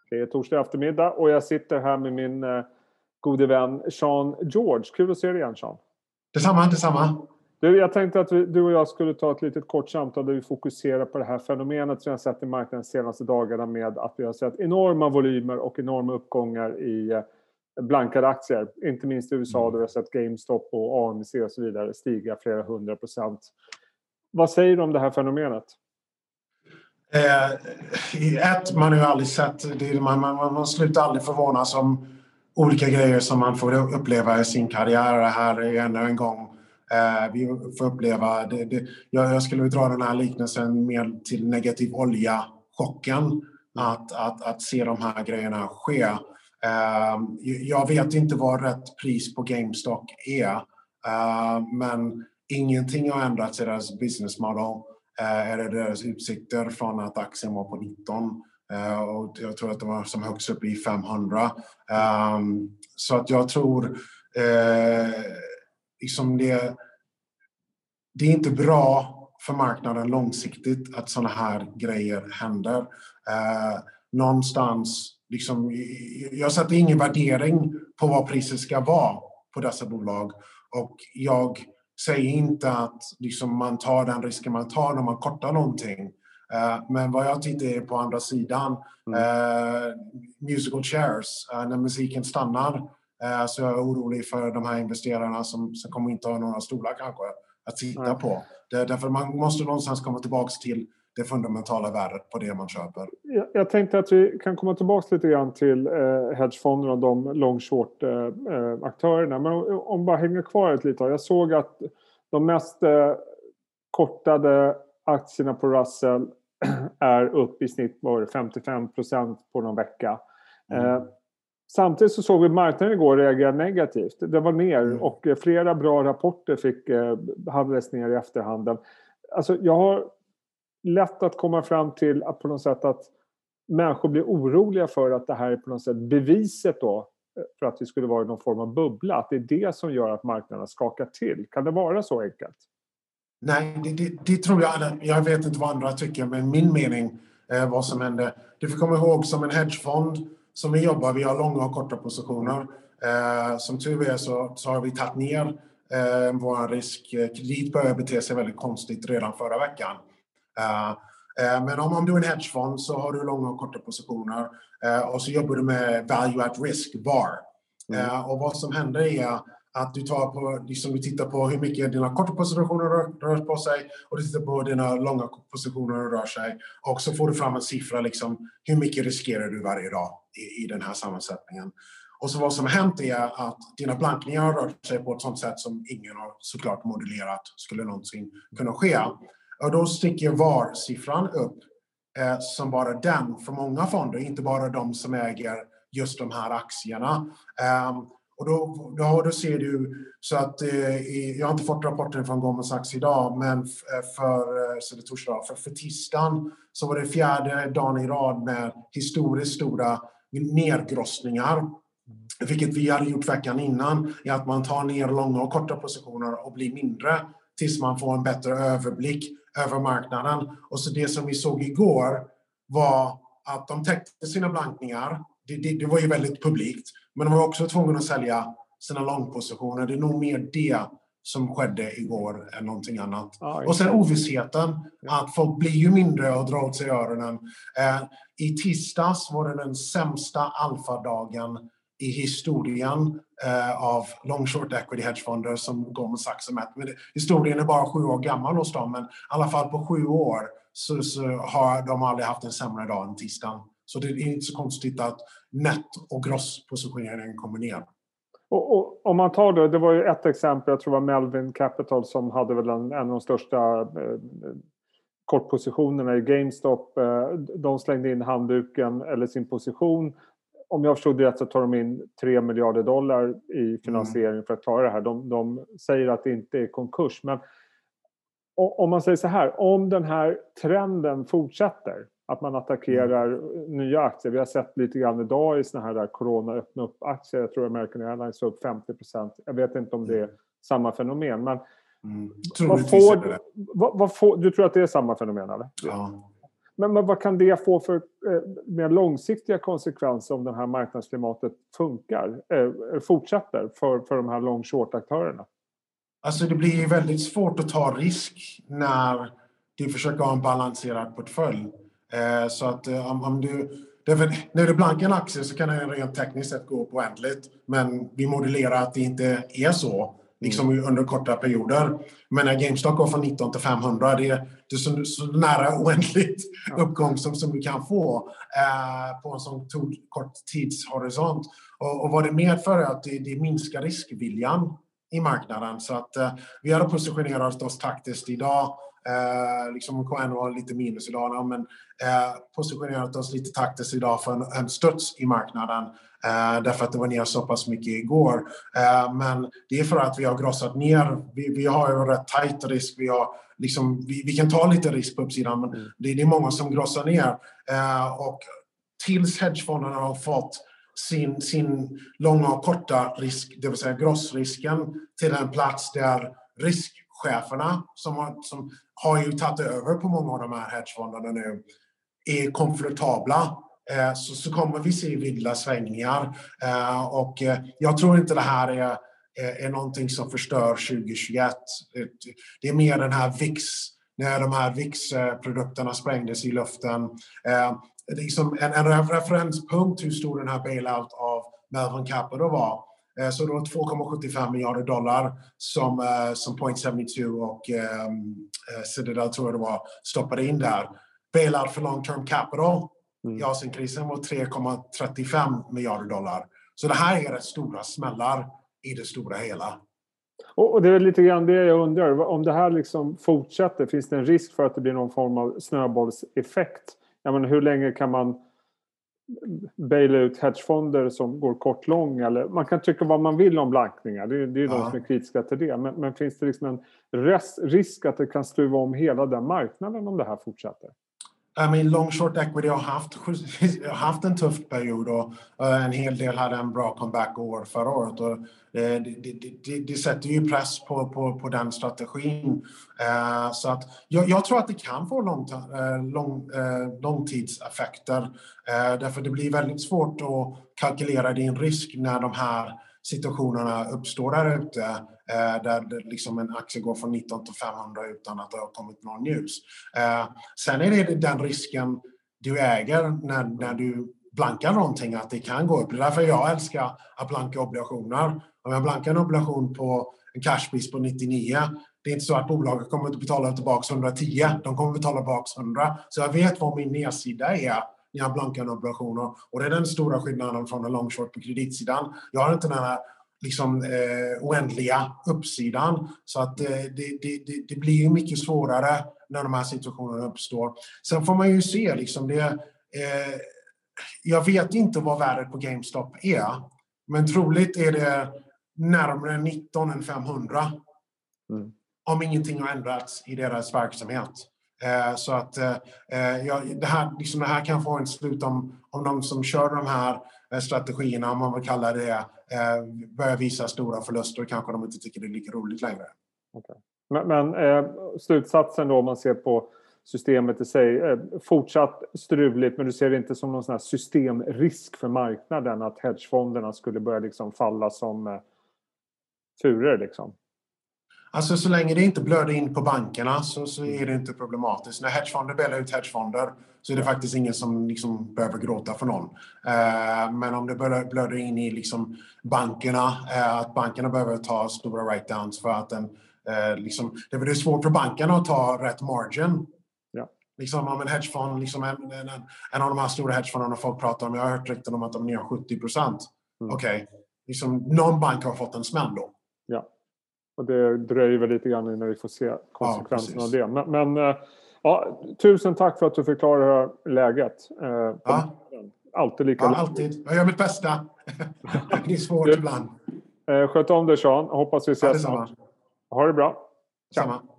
Det är torsdag eftermiddag och jag sitter här med min gode vän Sean George. Kul att se dig igen, Sean. Detsamma. Du, jag tänkte att du och jag skulle ta ett litet kort samtal där vi fokuserar på det här fenomenet som jag har sett i marknaden de senaste dagarna med att vi har sett enorma volymer och enorma uppgångar i blankade aktier. Inte minst i USA där vi har sett GameStop och AMC och så vidare stiga flera 100%. Vad säger du om det här fenomenet? Man har ju aldrig sett det, man slutar aldrig förvånas om olika grejer som man får uppleva i sin karriär. Det här är ännu en gång vi får uppleva det. Jag skulle dra den här liknelsen mer till negativ olja-chocken att se de här grejerna ske. Jag vet inte vad rätt pris på GameStop är, men ingenting har ändrats i deras business model. Är deras utsikter från att aktien var på 19 och jag tror att det var som högst upp i 500. Så att jag tror liksom det är inte bra för marknaden långsiktigt att såna här grejer händer. Någonstans liksom, jag sätter ingen värdering på vad priset ska vara på dessa bolag och jag säger inte att liksom, man tar den risken man tar när man kortar någonting. Men vad jag tittar på andra sidan, musical chairs, när musiken stannar så är jag orolig för de här investerarna som kommer inte ha några stolar kanske att sitta på. Därför man måste någonstans komma tillbaka till det fundamentala värdet på det man köper. Jag tänkte att vi kan komma tillbaka lite grann till hedgefonderna och de long-short aktörerna. Men om bara hänger kvar ett lite. Jag såg att de mest kortade aktierna på Russell är upp i snitt 55% på någon vecka. Samtidigt så såg vi marknaden igår reagera negativt. Det var ner och flera bra rapporter handlades ner i efterhanden. Alltså jag har lätt att komma fram till att på något sätt att människor blir oroliga för att det här är på något sätt beviset då för att det skulle vara någon form av bubbla. Att det är det som gör att marknaden skakar till. Kan det vara så enkelt? Nej, det tror jag vet inte vad andra tycker, men min mening vad som händer. Du får komma ihåg som en hedgefond som vi jobbar, vi har långa och korta positioner. Som tur är så har vi tagit ner vår risk. Kredit börjar bete sig väldigt konstigt redan förra veckan. Men om du är en hedgefond så har du långa och korta positioner och så jobbar du med value at risk, VAR. Och vad som händer är att du du tittar på hur mycket dina korta positioner rör på sig och du tittar på dina långa positioner rör sig och så får du fram en siffra liksom, hur mycket riskerar du varje dag i den här sammansättningen. Och så vad som har hänt är att dina blankningar rör sig på ett sånt sätt som ingen har såklart modellerat skulle någonsin kunna ske. Och då sticker VAR-siffran upp som bara den för många fonder, inte bara de som äger just de här aktierna. Och då ser du så att jag har inte fått rapporten från Goldman Sachs idag, men för tisdagen så var det 4:e dagen i rad med historiskt stora nedgrossningar. Vilket vi hade gjort veckan innan är att man tar ner långa och korta positioner och blir mindre tills man får en bättre överblick över marknaden. Och så det som vi såg igår var att de täckte sina blankningar. Det var ju väldigt publikt. Men de var också tvungna att sälja sina långpositioner. Det är nog mer det som skedde igår än någonting annat. Och sen ovissheten att folk blir ju mindre och drar åt sig öronen. I tisdags var det den sämsta alfadagen i historien av long short equity hedgefonder som Goldman Sachs har mätt. Men historien är bara 7 år gammal hos dem, men i alla fall på 7 år så har de aldrig haft en sämre dag än tisdagen. Så det är inte så konstigt att net- och grosspositioneringen kommer ner. Och om man tar det var ju ett exempel, jag tror det var Melvin Capital som hade väl en av de största kortpositionerna i GameStop. De slängde in handduken eller sin position. Om jag förstod det rätt så tar de in $3 miljarder i finansiering för att klara det här. De säger att det inte är konkurs. Men om man säger så här, om den här trenden fortsätter, att man attackerar nya aktier. Vi har sett lite grann idag i såna här corona öppna upp aktier. Jag tror American Airlines är upp 50%. Jag vet inte om det är samma fenomen. Men du tror att det är samma fenomen, eller? Ja. Men vad kan det få för mer långsiktiga konsekvenser om det här marknadsklimatet fortsätter för de här long short-aktörerna? Alltså det blir väldigt svårt att ta risk när du försöker ha en balanserad portfölj. Så att när du blankar en aktie så kan den rent tekniskt sett gå på oändligt. Men vi modellerar att det inte är så. Liksom under korta perioder. Men när GameStop går från 19 till 500, det är så nära oändligt uppgång som du kan få på en sån kort tidshorisont. Och vad det medför är att det minskar riskviljan i marknaden. Så att vi har positionerat oss taktiskt idag. Liksom KN var lite minus idag, men positionerat oss lite taktiskt idag för en studs i marknaden. Därför att det var ner så pass mycket igår. Men det är för att vi har grossat ner. Vi har ju rätt tajt risk. Vi kan ta lite risk på uppsidan, men det är många som grossar ner. Och tills hedgefonderna har fått sin långa och korta risk, det vill säga grossrisken, till en plats där riskcheferna som har ju tagit över på många av de här hedgefonderna nu är komfortabla, så kommer vi se vilda svängningar. Och jag tror inte det här är någonting som förstör 2021. Det är mer den här VIX, när de här VIX-produkterna sprängdes i luften. Liksom en referenspunkt hur stor den här bailout av Melvin Capital var. Så det var $2,75 miljarder som Point72 och Citadel, tror jag det var, stoppade in där. Bailout för long term capital i Asienkrisen var $3,35 miljarder. Så det här är rätt stora smällar i det stora hela. Och det är lite grann det jag undrar. Om det här liksom fortsätter, finns det en risk för att det blir någon form av snöbollseffekt? Jag menar, hur länge kan man baila ut hedgefonder som går kort-lång? Eller man kan tycka vad man vill om blankningar. Det är ju de som är kritiska till det. Men finns det liksom en risk att det kan stuva om hela den marknaden om det här fortsätter? Long short equity har haft en tuff period och en hel del hade en bra comeback-år förra året. Och det sätter ju press på den strategin. Så att jag tror att det kan få långtidseffekter. Därför det blir väldigt svårt att kalkylera din risk när de här situationerna uppstår där ute, där liksom en aktie går från 19 till 500 utan att det har kommit någon news. Sen är det den risken du äger när du blankar någonting, att det kan gå upp. Det är därför jag älskar att blanka obligationer. Om jag blankar en obligation på en cashpris på 99, det är inte så att bolaget kommer att betala tillbaka 110, de kommer att betala tillbaka 100. Så jag vet vad min nedsida är när jag blankar en obligationer. Och det är den stora skillnaden från en long short på kreditsidan. Jag har inte den här oändliga uppsidan. Så att det blir ju mycket svårare när de här situationerna uppstår. Sen får man ju se jag vet inte vad värdet på GameStop är. Men troligt är det närmare 19 än 500. Om ingenting har ändrats i deras verksamhet. Så att det här kan få en slut om de som kör de här strategierna, om man vill kalla det, börjar visa stora förluster, kanske de inte tycker det är lika roligt längre. Okay. Men slutsatsen då, om man ser på systemet i sig, fortsatt struligt, men du ser det inte som någon sån här systemrisk för marknaden att hedgefonderna skulle börja liksom falla som furor liksom? Alltså så länge det inte blöder in på bankerna så är det inte problematiskt. När hedgefonder bälar ut hedgefonder så är det faktiskt ingen som liksom behöver gråta för någon. Men om det blöder in i liksom bankerna, att bankerna behöver ta stora write-downs för att det är svårt för bankerna att ta rätt margin. Ja. Liksom om en hedgefond, liksom en av de här stora hedgefonderna folk pratar om, jag har hört rykten om att de är ner 70%. Okej. Liksom, någon bank har fått en smäll då. Ja. Och det dröjer väl lite grann innan vi får se konsekvenserna av det. Men tusen tack för att du förklarar läget. Alltid lika lätt. Alltid. Jag gör mitt bästa. Det är svårt ibland. Sköt om dig, Sean. Hoppas vi ses snart. Ha det bra. Samma.